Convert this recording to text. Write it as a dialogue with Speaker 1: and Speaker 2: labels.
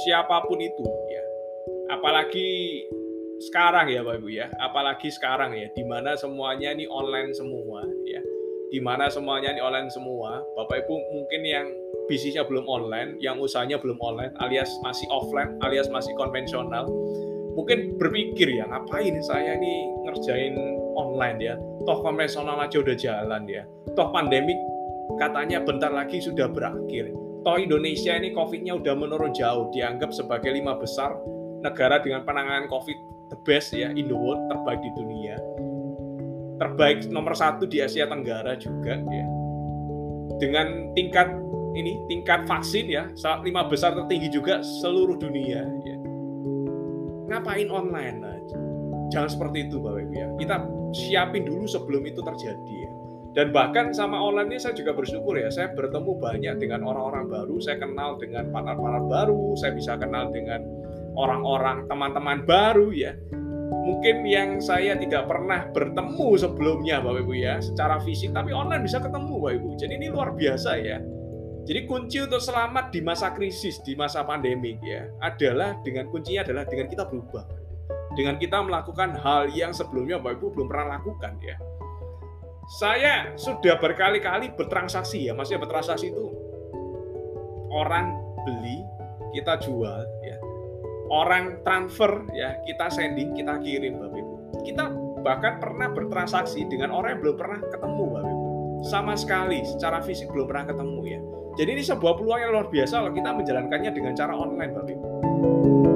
Speaker 1: siapapun itu ya. Apalagi sekarang ya Bapak Ibu ya, apalagi sekarang ya, di mana semuanya ini online semua ya. Di mana semuanya ini online semua, Bapak Ibu mungkin yang bisnisnya belum online, yang usahanya belum online, alias masih offline, alias masih konvensional, mungkin berpikir ya, ngapain saya ini ngerjain online ya, toh konvensional aja udah jalan ya, toh pandemik katanya bentar lagi sudah berakhir, toh Indonesia ini COVID-nya udah menurun jauh, dianggap sebagai 5 besar negara dengan penanganan COVID the best ya, in the world, terbaik di dunia, terbaik nomor 1 di Asia Tenggara juga ya, dengan tingkat vaksin ya, 5 besar tertinggi juga seluruh dunia ya. Ngapain online? Nah, jangan seperti itu Bapak Ibu ya. Kita siapin dulu sebelum itu terjadi ya. Dan bahkan sama online ini saya juga bersyukur ya, saya bertemu banyak dengan orang-orang baru, saya kenal dengan partner-partner baru, saya bisa kenal dengan orang-orang, teman-teman baru ya. Mungkin yang saya tidak pernah bertemu sebelumnya Bapak Ibu ya, secara fisik, tapi online bisa ketemu Bapak Ibu. Jadi ini luar biasa ya. Jadi kunci untuk selamat di masa krisis, di masa pandemik ya, kuncinya adalah dengan kita berubah. Dengan kita melakukan hal yang sebelumnya Bapak Ibu belum pernah lakukan ya. Saya sudah berkali-kali bertransaksi ya, maksudnya bertransaksi itu orang beli, kita jual ya. Orang transfer ya, kita sending, kita kirim Bapak Ibu. Kita bahkan pernah bertransaksi dengan orang yang belum pernah ketemu Bapak Ibu. Sama sekali secara fisik belum pernah ketemu ya. Jadi ini sebuah peluang yang luar biasa kalau kita menjalankannya dengan cara online Bapak Ibu.